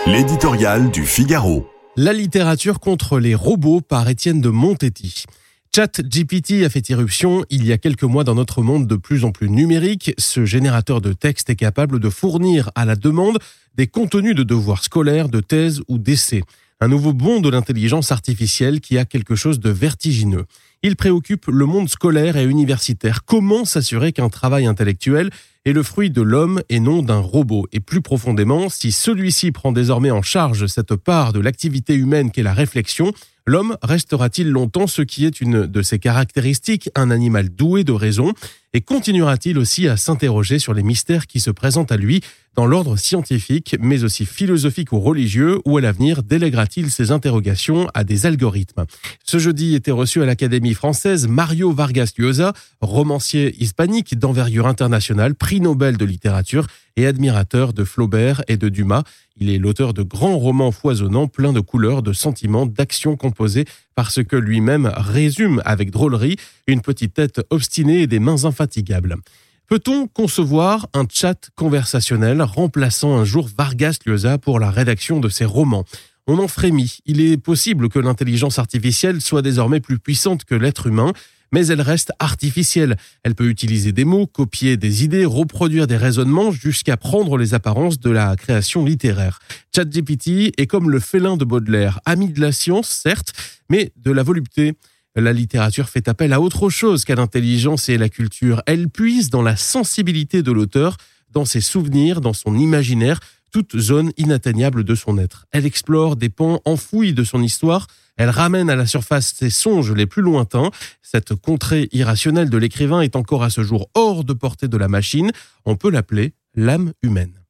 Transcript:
L'éditorial du Figaro. La littérature contre les robots par Étienne de Montetti. ChatGPT a fait irruption il y a quelques mois dans notre monde de plus en plus numérique. Ce générateur de texte est capable de fournir à la demande des contenus de devoirs scolaires, de thèses ou d'essais. Un nouveau bond de l'intelligence artificielle qui a quelque chose de vertigineux. Il préoccupe le monde scolaire et universitaire. Comment s'assurer qu'un travail intellectuel est le fruit de l'homme et non d'un robot? Et plus profondément, si celui-ci prend désormais en charge cette part de l'activité humaine qu'est la réflexion, l'homme restera-t-il longtemps ce qui est une de ses caractéristiques, un animal doué de raison? Et continuera-t-il aussi à s'interroger sur les mystères qui se présentent à lui dans l'ordre scientifique, mais aussi philosophique ou religieux, ou à l'avenir délèguera-t-il ses interrogations à des algorithmes? Ce jeudi était reçu à l'Académie française Mario Vargas Llosa, romancier hispanique d'envergure internationale, prix Nobel de littérature et admirateur de Flaubert et de Dumas. Il est l'auteur de grands romans foisonnants, pleins de couleurs, de sentiments, d'actions composées par ce que lui-même résume avec drôlerie, une petite tête obstinée et des mains infatigables. Peut-on concevoir un chat conversationnel remplaçant un jour Vargas Llosa pour la rédaction de ses romans? On en frémit. Il est possible que l'intelligence artificielle soit désormais plus puissante que l'être humain, mais elle reste artificielle. Elle peut utiliser des mots, copier des idées, reproduire des raisonnements jusqu'à prendre les apparences de la création littéraire. ChatGPT est comme le félin de Baudelaire, ami de la science, certes, mais de la volupté. La littérature fait appel à autre chose qu'à l'intelligence et la culture. Elle puise dans la sensibilité de l'auteur, dans ses souvenirs, dans son imaginaire, toute zone inatteignable de son être. Elle explore des pans enfouis de son histoire. Elle ramène à la surface ses songes les plus lointains. Cette contrée irrationnelle de l'écrivain est encore à ce jour hors de portée de la machine. On peut l'appeler l'âme humaine.